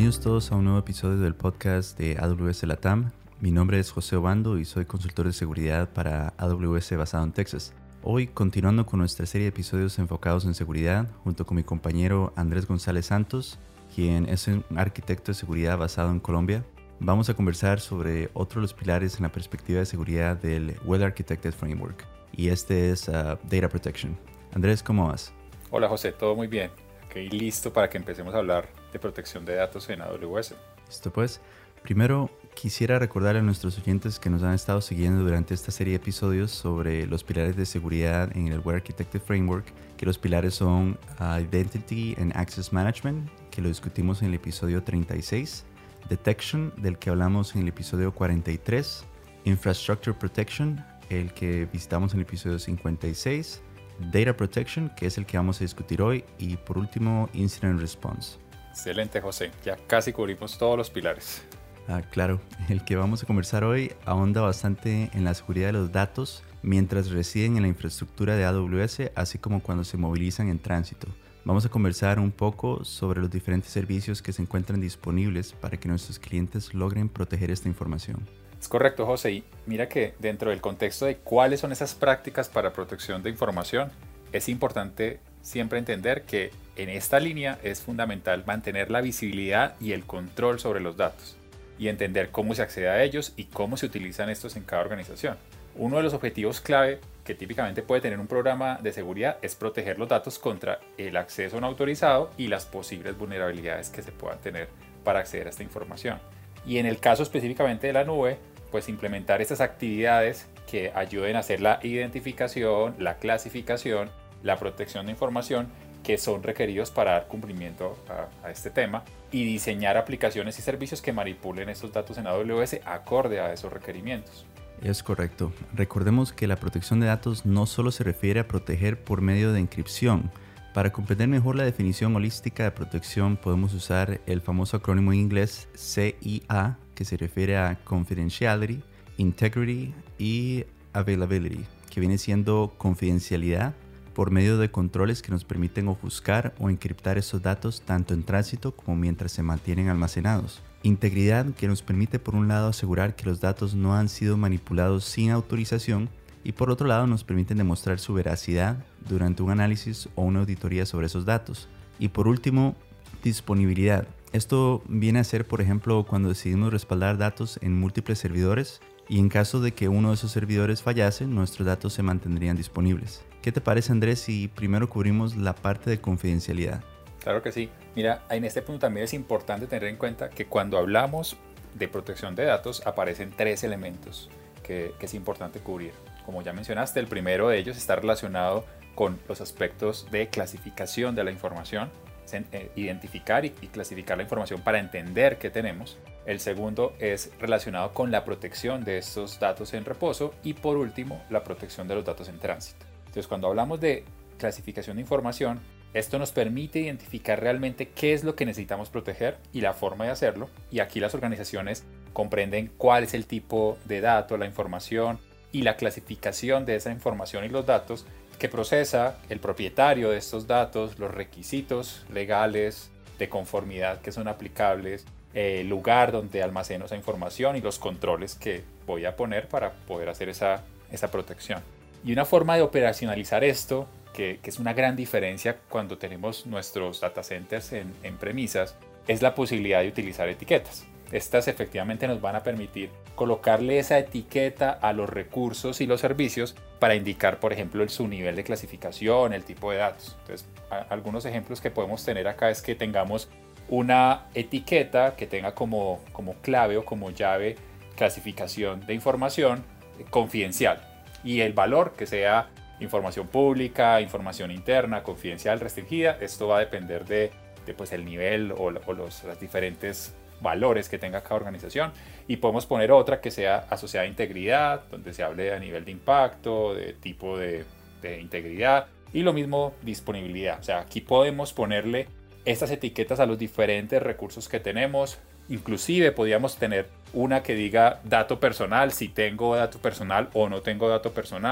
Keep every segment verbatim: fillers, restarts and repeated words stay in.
Bienvenidos todos a un nuevo episodio del podcast de A W S Latam. Mi nombre es José Obando y soy consultor de seguridad para A W S basado en Texas. Hoy, continuando con nuestra serie de episodios enfocados en seguridad, junto con mi compañero Andrés González Santos, quien es un arquitecto de seguridad basado en Colombia, vamos a conversar sobre otro de los pilares en la perspectiva de seguridad del Well Architected Framework, y este es uh, Data Protection. Andrés, ¿cómo vas? Hola José, todo muy bien. Aquí listo para que empecemos a hablar de protección de datos en A W S. Listo pues. Primero, quisiera recordarle a nuestros oyentes que nos han estado siguiendo durante esta serie de episodios sobre los pilares de seguridad en el Well Architected Framework, que los pilares son Identity and Access Management, que lo discutimos en el episodio treinta y seis, Detection, del que hablamos en el episodio cuarenta y tres, Infrastructure Protection, el que visitamos en el episodio cincuenta y seis, Data Protection, que es el que vamos a discutir hoy, y por último, Incident Response. Excelente, José. Ya casi cubrimos todos los pilares. Ah, claro. El que vamos a conversar hoy ahonda bastante en la seguridad de los datos mientras residen en la infraestructura de A W S, así como cuando se movilizan en tránsito. Vamos a conversar un poco sobre los diferentes servicios que se encuentran disponibles para que nuestros clientes logren proteger esta información. Es correcto, José. Y mira que dentro del contexto de cuáles son esas prácticas para protección de información, es importante siempre entender que en esta línea es fundamental mantener la visibilidad y el control sobre los datos y entender cómo se accede a ellos y cómo se utilizan estos en cada organización. Uno de los objetivos clave que típicamente puede tener un programa de seguridad es proteger los datos contra el acceso no autorizado y las posibles vulnerabilidades que se puedan tener para acceder a esta información. Y en el caso específicamente de la nube, pues implementar estas actividades que ayuden a hacer la identificación, la clasificación, la protección de información que son requeridos para dar cumplimiento a, a este tema y diseñar aplicaciones y servicios que manipulen estos datos en A W S acorde a esos requerimientos. Es correcto. Recordemos que la protección de datos no solo se refiere a proteger por medio de encripción. Para comprender mejor la definición holística de protección podemos usar el famoso acrónimo en inglés C I A, que se refiere a Confidentiality, Integrity y Availability, que viene siendo confidencialidad por medio de controles que nos permiten ofuscar o encriptar esos datos tanto en tránsito como mientras se mantienen almacenados. Integridad, que nos permite por un lado asegurar que los datos no han sido manipulados sin autorización y por otro lado nos permiten demostrar su veracidad durante un análisis o una auditoría sobre esos datos. Y por último, disponibilidad. Esto viene a ser, por ejemplo, cuando decidimos respaldar datos en múltiples servidores y en caso de que uno de esos servidores fallase, nuestros datos se mantendrían disponibles. ¿Qué te parece, Andrés, si primero cubrimos la parte de confidencialidad? Claro que sí. Mira, en este punto también es importante tener en cuenta que cuando hablamos de protección de datos aparecen tres elementos que, que es importante cubrir. Como ya mencionaste, el primero de ellos está relacionado con los aspectos de clasificación de la información, identificar y clasificar la información para entender qué tenemos. El segundo es relacionado con la protección de estos datos en reposo y por último, la protección de los datos en tránsito. Entonces, cuando hablamos de clasificación de información, esto nos permite identificar realmente qué es lo que necesitamos proteger y la forma de hacerlo. Y aquí las organizaciones comprenden cuál es el tipo de dato, la información y la clasificación de esa información y los datos que procesa el propietario de estos datos, los requisitos legales de conformidad que son aplicables, el lugar donde almaceno esa información y los controles que voy a poner para poder hacer esa, esa protección. Y una forma de operacionalizar esto, que, que es una gran diferencia cuando tenemos nuestros data centers en, en premisas, es la posibilidad de utilizar etiquetas. Estas efectivamente nos van a permitir colocarle esa etiqueta a los recursos y los servicios para indicar, por ejemplo, el, su nivel de clasificación, el tipo de datos. Entonces, a, algunos ejemplos que podemos tener acá es que tengamos una etiqueta que tenga como, como clave o como llave clasificación de información confidencial y el valor que sea información pública, información interna, confidencial, restringida. Esto va a depender de, de pues, el nivel o, o los las diferentes valores que tenga cada organización, y podemos poner otra que sea asociada a integridad, donde se hable a nivel de impacto, de tipo de, de integridad, y lo mismo disponibilidad. O sea, aquí podemos ponerle estas etiquetas a los diferentes recursos que tenemos. Inclusive podríamos tener una que diga dato personal, si tengo dato personal o no tengo dato personal,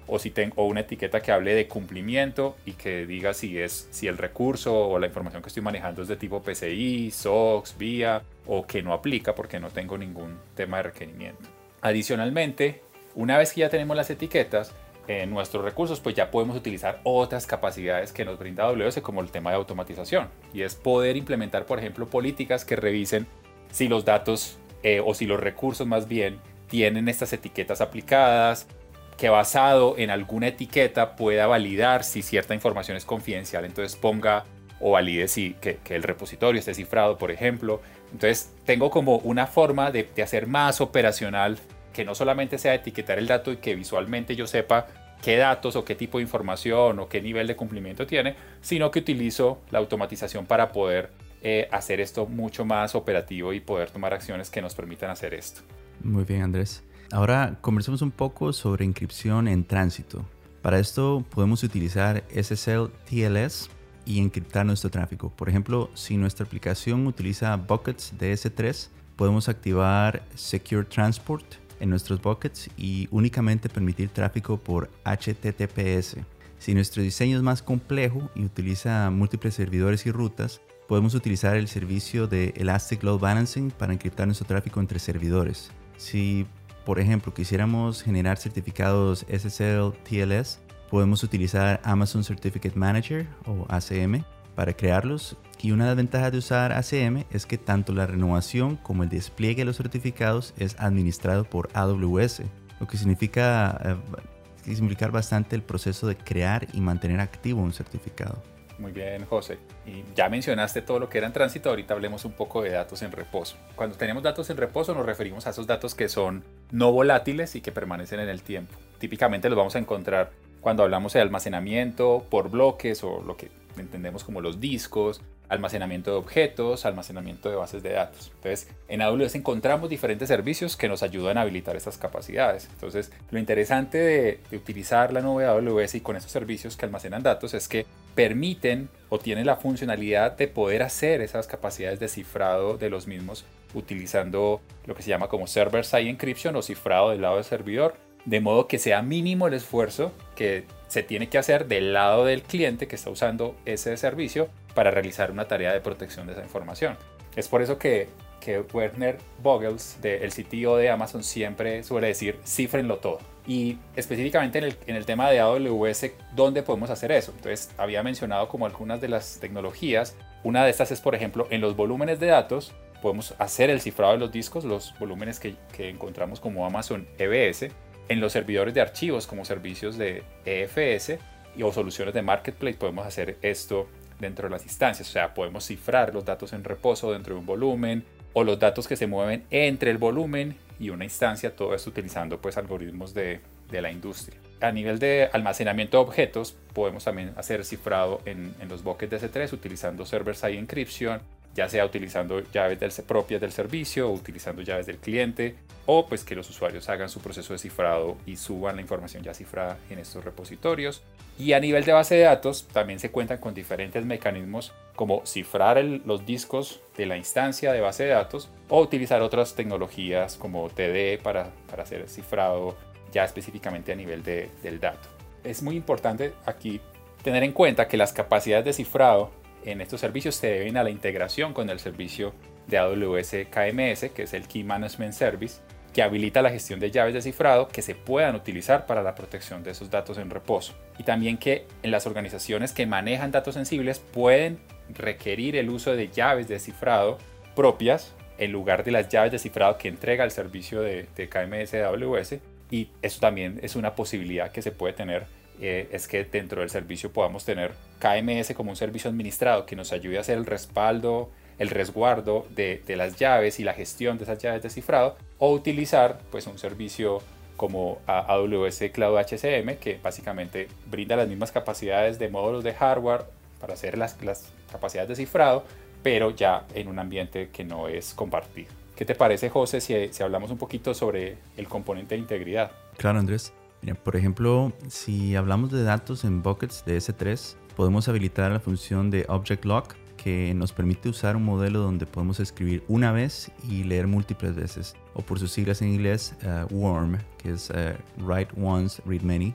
o, si tengo, o una etiqueta que hable de cumplimiento y que diga si, es, si el recurso o la información que estoy manejando es de tipo P C I, S O X, V I A o que no aplica porque no tengo ningún tema de requerimiento. Adicionalmente, una vez que ya tenemos las etiquetas en nuestros recursos, pues ya podemos utilizar otras capacidades que nos brinda A W S, como el tema de automatización, y es poder implementar, por ejemplo, políticas que revisen si los datos eh, o si los recursos más bien tienen estas etiquetas aplicadas, que basado en alguna etiqueta pueda validar si cierta información es confidencial, entonces ponga o valide si que, que el repositorio esté cifrado, por ejemplo. Entonces tengo como una forma de, de hacer más operacional, que no solamente sea etiquetar el dato y que visualmente yo sepa qué datos o qué tipo de información o qué nivel de cumplimiento tiene, sino que utilizo la automatización para poder eh, hacer esto mucho más operativo y poder tomar acciones que nos permitan hacer esto. Muy bien, Andrés. Ahora conversemos un poco sobre encripción en tránsito. Para esto podemos utilizar S S L T L S y encriptar nuestro tráfico. Por ejemplo, si nuestra aplicación utiliza buckets de S tres, podemos activar Secure Transport en nuestros buckets y únicamente permitir tráfico por H T T P S. Si nuestro diseño es más complejo y utiliza múltiples servidores y rutas, podemos utilizar el servicio de Elastic Load Balancing para encriptar nuestro tráfico entre servidores. Si, por ejemplo, quisiéramos generar certificados S S L T L S, podemos utilizar Amazon Certificate Manager o A C M para crearlos. Y una de las ventajas de usar A C M es que tanto la renovación como el despliegue de los certificados es administrado por A W S, lo que significa eh, simplificar bastante el proceso de crear y mantener activo un certificado. Muy bien, José. Y ya mencionaste todo lo que era en tránsito, ahorita hablemos un poco de datos en reposo. Cuando tenemos datos en reposo nos referimos a esos datos que son no volátiles y que permanecen en el tiempo. Típicamente los vamos a encontrar cuando hablamos de almacenamiento por bloques o lo que entendemos como los discos, almacenamiento de objetos, almacenamiento de bases de datos. Entonces, en A W S encontramos diferentes servicios que nos ayudan a habilitar estas capacidades. Entonces, lo interesante de, de utilizar la nube de A W S y con esos servicios que almacenan datos es que permiten o tienen la funcionalidad de poder hacer esas capacidades de cifrado de los mismos utilizando lo que se llama como server-side encryption o cifrado del lado del servidor, de modo que sea mínimo el esfuerzo que se tiene que hacer del lado del cliente que está usando ese servicio para realizar una tarea de protección de esa información. Es por eso que, que Werner Vogels, de, el C T O de Amazon, siempre suele decir cifrenlo todo. Y específicamente en el, en el tema de A W S, ¿dónde podemos hacer eso? Entonces, había mencionado como algunas de las tecnologías. Una de estas es, por ejemplo, en los volúmenes de datos, podemos hacer el cifrado de los discos, los volúmenes que, que encontramos como Amazon E B S, en los servidores de archivos como servicios de E F S y, o soluciones de Marketplace, podemos hacer esto dentro de las instancias. O sea, podemos cifrar los datos en reposo dentro de un volumen o los datos que se mueven entre el volumen y una instancia, todo esto utilizando pues algoritmos de, de la industria. A nivel de almacenamiento de objetos, podemos también hacer cifrado en, en los buckets de S tres utilizando server-side encryption, ya sea utilizando llaves del, propias del servicio o utilizando llaves del cliente, o pues que los usuarios hagan su proceso de cifrado y suban la información ya cifrada en estos repositorios. Y a nivel de base de datos también se cuentan con diferentes mecanismos como cifrar el, los discos de la instancia de base de datos o utilizar otras tecnologías como T D para, para hacer el cifrado ya específicamente a nivel de, del dato. Es muy importante aquí tener en cuenta que las capacidades de cifrado en estos servicios se deben a la integración con el servicio de A W S K M S, que es el Key Management Service, que habilita la gestión de llaves de cifrado que se puedan utilizar para la protección de esos datos en reposo. Y también que en las organizaciones que manejan datos sensibles pueden requerir el uso de llaves de cifrado propias en lugar de las llaves de cifrado que entrega el servicio de, de K M S de A W S. Y eso también es una posibilidad que se puede tener. Eh, es que dentro del servicio podamos tener K M S como un servicio administrado que nos ayude a hacer el respaldo, el resguardo de, de las llaves y la gestión de esas llaves de cifrado, o utilizar pues un servicio como A W S Cloud H C M, que básicamente brinda las mismas capacidades de módulos de hardware para hacer las, las capacidades de cifrado, pero ya en un ambiente que no es compartido. ¿Qué te parece, José, si, si hablamos un poquito sobre el componente de integridad? Claro, Andrés. Mira, por ejemplo, si hablamos de datos en buckets de S tres, podemos habilitar la función de Object Lock, que nos permite usar un modelo donde podemos escribir una vez y leer múltiples veces, o por sus siglas en inglés, uh, W O R M, que es uh, Write Once, Read Many.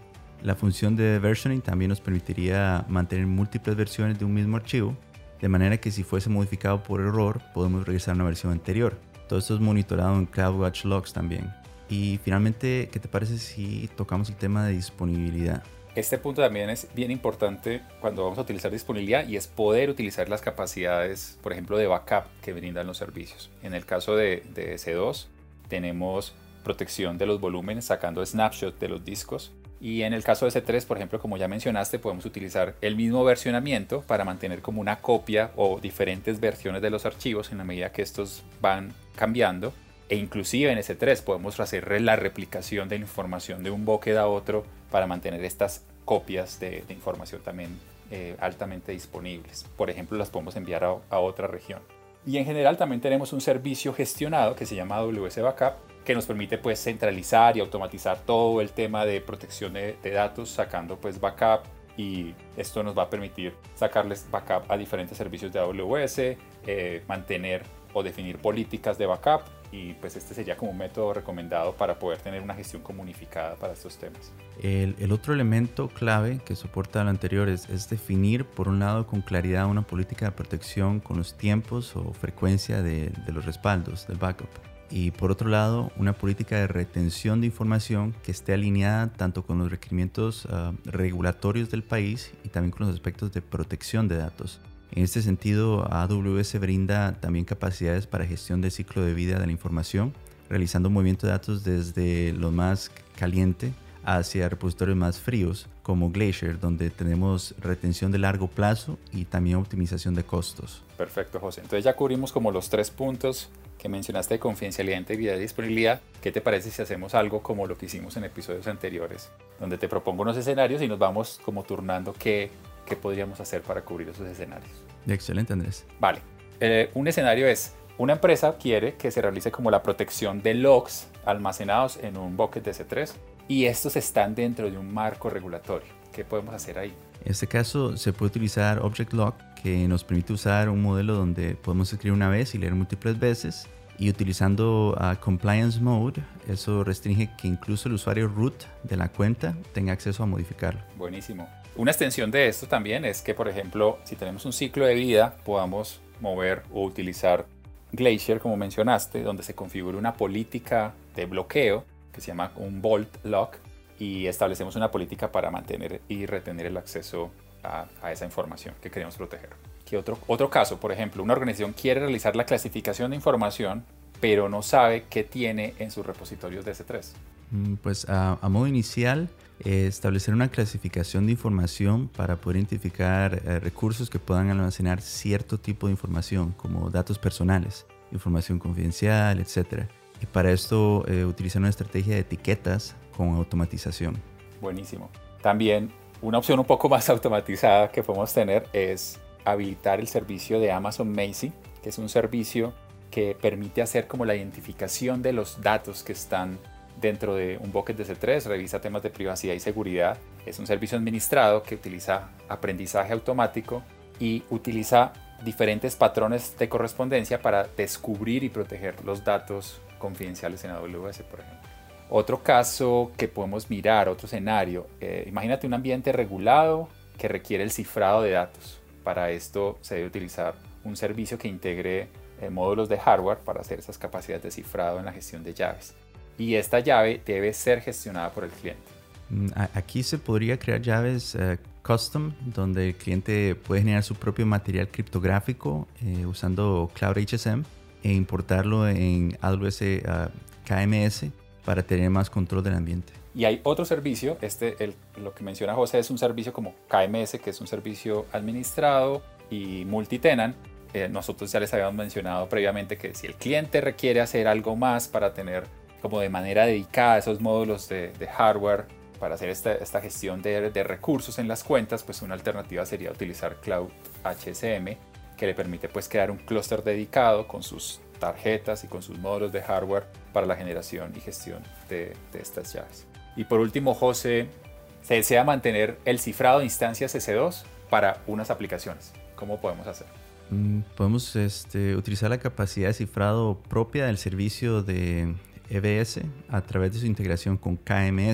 La función de versioning también nos permitiría mantener múltiples versiones de un mismo archivo, de manera que si fuese modificado por error, podemos regresar a una versión anterior. Todo esto es monitorado en CloudWatch Logs también. Y finalmente, ¿qué te parece si tocamos el tema de disponibilidad? Este punto también es bien importante cuando vamos a utilizar disponibilidad y es poder utilizar las capacidades, por ejemplo, de backup que brindan los servicios. En el caso de, de S dos tenemos protección de los volúmenes sacando snapshot de los discos. Y en el caso de S tres, por ejemplo, como ya mencionaste, podemos utilizar el mismo versionamiento para mantener como una copia o diferentes versiones de los archivos en la medida que estos van cambiando. E inclusive en S tres podemos hacer la replicación de la información de un bucket a otro para mantener estas copias de, de información también eh, altamente disponibles. Por ejemplo, las podemos enviar a, a otra región. Y en general también tenemos un servicio gestionado que se llama A W S Backup, que nos permite pues centralizar y automatizar todo el tema de protección de, de datos sacando pues backup, y esto nos va a permitir sacarles backup a diferentes servicios de A W S, eh, mantener o definir políticas de backup, y pues este sería como un método recomendado para poder tener una gestión comunificada para estos temas. El, el otro elemento clave que soporta lo anterior es, es definir por un lado con claridad una política de protección con los tiempos o frecuencia de, de los respaldos del backup. Y por otro lado, una política de retención de información que esté alineada tanto con los requerimientos uh, regulatorios del país y también con los aspectos de protección de datos. En este sentido, A W S brinda también capacidades para gestión del ciclo de vida de la información, realizando movimiento de datos desde lo más caliente hacia repositorios más fríos, como Glacier, donde tenemos retención de largo plazo y también optimización de costos. Perfecto, José. Entonces ya cubrimos como los tres puntos que mencionaste de confidencialidad, integridad y disponibilidad. ¿Qué te parece si hacemos algo como lo que hicimos en episodios anteriores, donde te propongo unos escenarios y nos vamos como turnando qué, qué podríamos hacer para cubrir esos escenarios? Excelente, Andrés. Vale. Eh, un escenario es: una empresa quiere que se realice como la protección de logs almacenados en un bucket de S tres y estos están dentro de un marco regulatorio. ¿Qué podemos hacer ahí? En este caso se puede utilizar Object Log, que nos permite usar un modelo donde podemos escribir una vez y leer múltiples veces, y utilizando uh, Compliance Mode, eso restringe que incluso el usuario root de la cuenta tenga acceso a modificarlo. Buenísimo. Una extensión de esto también es que, por ejemplo, si tenemos un ciclo de vida, podamos mover o utilizar Glacier, como mencionaste, donde se configura una política de bloqueo que se llama un Vault Lock, y establecemos una política para mantener y retener el acceso a, a esa información que queremos proteger. ¿Qué otro, otro caso? Por ejemplo, una organización quiere realizar la clasificación de información, pero no sabe qué tiene en sus repositorios de S tres. Pues a, a modo inicial, eh, establecer una clasificación de información para poder identificar eh, recursos que puedan almacenar cierto tipo de información, como datos personales, información confidencial, etcétera. Y para esto eh, utilizar una estrategia de etiquetas con automatización. Buenísimo. También una opción un poco más automatizada que podemos tener es habilitar el servicio de Amazon Macie, que es un servicio que permite hacer como la identificación de los datos que están dentro de un bucket de S tres, revisa temas de privacidad y seguridad. Es un servicio administrado que utiliza aprendizaje automático y utiliza diferentes patrones de correspondencia para descubrir y proteger los datos confidenciales en A W S, por ejemplo. Otro caso que podemos mirar, otro escenario, eh, imagínate un ambiente regulado que requiere el cifrado de datos. Para esto se debe utilizar un servicio que integre eh, módulos de hardware para hacer esas capacidades de cifrado en la gestión de llaves. Y esta llave debe ser gestionada por el cliente. Aquí se podría crear llaves uh, custom, donde el cliente puede generar su propio material criptográfico eh, usando Cloud H S M e importarlo en A W S uh, K M S para tener más control del ambiente. Y hay otro servicio, este, el, lo que menciona José es un servicio como K M S, que es un servicio administrado y multitenant. Eh, nosotros ya les habíamos mencionado previamente que si el cliente requiere hacer algo más para tener como de manera dedicada esos módulos de, de hardware para hacer esta, esta gestión de, de recursos en las cuentas, pues una alternativa sería utilizar Cloud H S M, que le permite pues crear un clúster dedicado con sus tarjetas y con sus módulos de hardware para la generación y gestión de, de estas llaves. Y por último, José, se desea mantener el cifrado de instancias S dos para unas aplicaciones. ¿Cómo podemos hacer? Mm, podemos este, utilizar la capacidad de cifrado propia del servicio de E B S a través de su integración con K M S.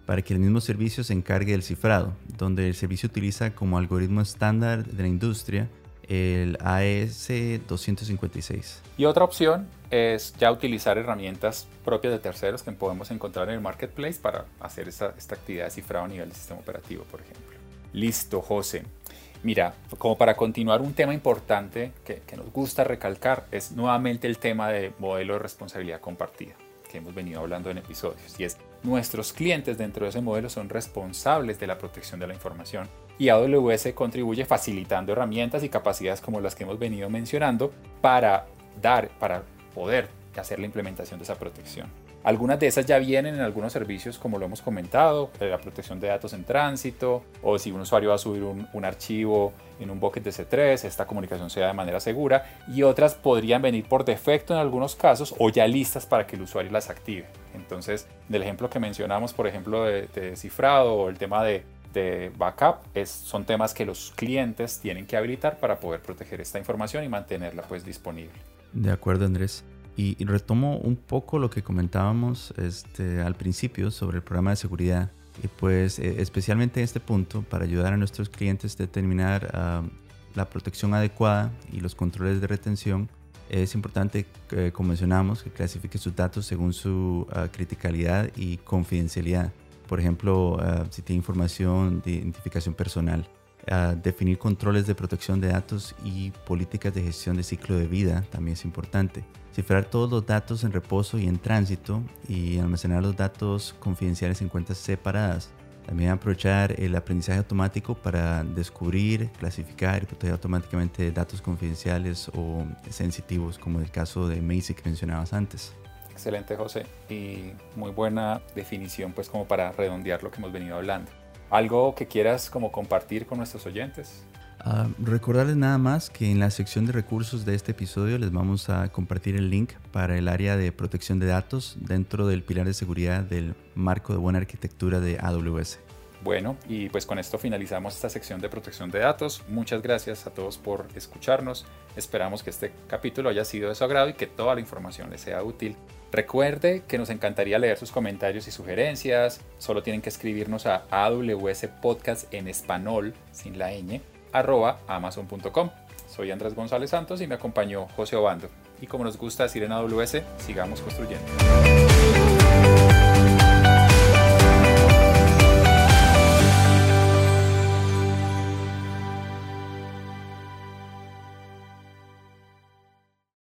para que el mismo servicio se encargue del cifrado, donde el servicio utiliza como algoritmo estándar de la industria el A E S doscientos cincuenta y seis. Y otra opción es ya utilizar herramientas propias de terceros que podemos encontrar en el marketplace para hacer esta, esta actividad de cifrado a nivel del sistema operativo, por ejemplo. Listo, José. Mira, como para continuar, un tema importante que, que nos gusta recalcar es nuevamente el tema de modelo de responsabilidad compartida, que hemos venido hablando en episodios, y es nuestros clientes dentro de ese modelo son responsables de la protección de la información y A W S contribuye facilitando herramientas y capacidades como las que hemos venido mencionando para dar, para poder hacer la implementación de esa protección. Algunas de esas ya vienen en algunos servicios, como lo hemos comentado, la protección de datos en tránsito, o si un usuario va a subir un, un archivo en un bucket de C tres, esta comunicación sea de manera segura, y otras podrían venir por defecto en algunos casos o ya listas para que el usuario las active. Entonces, del ejemplo que mencionamos, por ejemplo, de, de cifrado o el tema de, de backup, es, son temas que los clientes tienen que habilitar para poder proteger esta información y mantenerla pues disponible. De acuerdo, Andrés. Y, y retomo un poco lo que comentábamos este, al principio sobre el programa de seguridad. Y pues eh, especialmente en este punto, para ayudar a nuestros clientes a determinar uh, la protección adecuada y los controles de retención, es importante, eh, como mencionamos, que clasifique sus datos según su uh, criticalidad y confidencialidad. Por ejemplo, uh, si tiene información de identificación personal. Uh, definir controles de protección de datos y políticas de gestión de ciclo de vida también es importante. Cifrar todos los datos en reposo y en tránsito y almacenar los datos confidenciales en cuentas separadas. También aprovechar el aprendizaje automático para descubrir, clasificar y proteger automáticamente datos confidenciales o sensitivos, como el caso de Macy que mencionabas antes. Excelente, José, y muy buena definición pues como para redondear lo que hemos venido hablando. ¿Algo que quieras como compartir con nuestros oyentes? Uh, recordarles nada más que en la sección de recursos de este episodio les vamos a compartir el link para el área de protección de datos dentro del pilar de seguridad del marco de buena arquitectura de A W S. Bueno, y pues con esto finalizamos esta sección de protección de datos. Muchas gracias a todos por escucharnos. Esperamos que este capítulo haya sido de su agrado y que toda la información les sea útil. Recuerde que nos encantaría leer sus comentarios y sugerencias. Solo tienen que escribirnos a A W S Podcast en español, sin la ñ, arroba amazon punto com. Soy Andrés González Santos y me acompañó José Obando. Y como nos gusta decir en A W S, sigamos construyendo.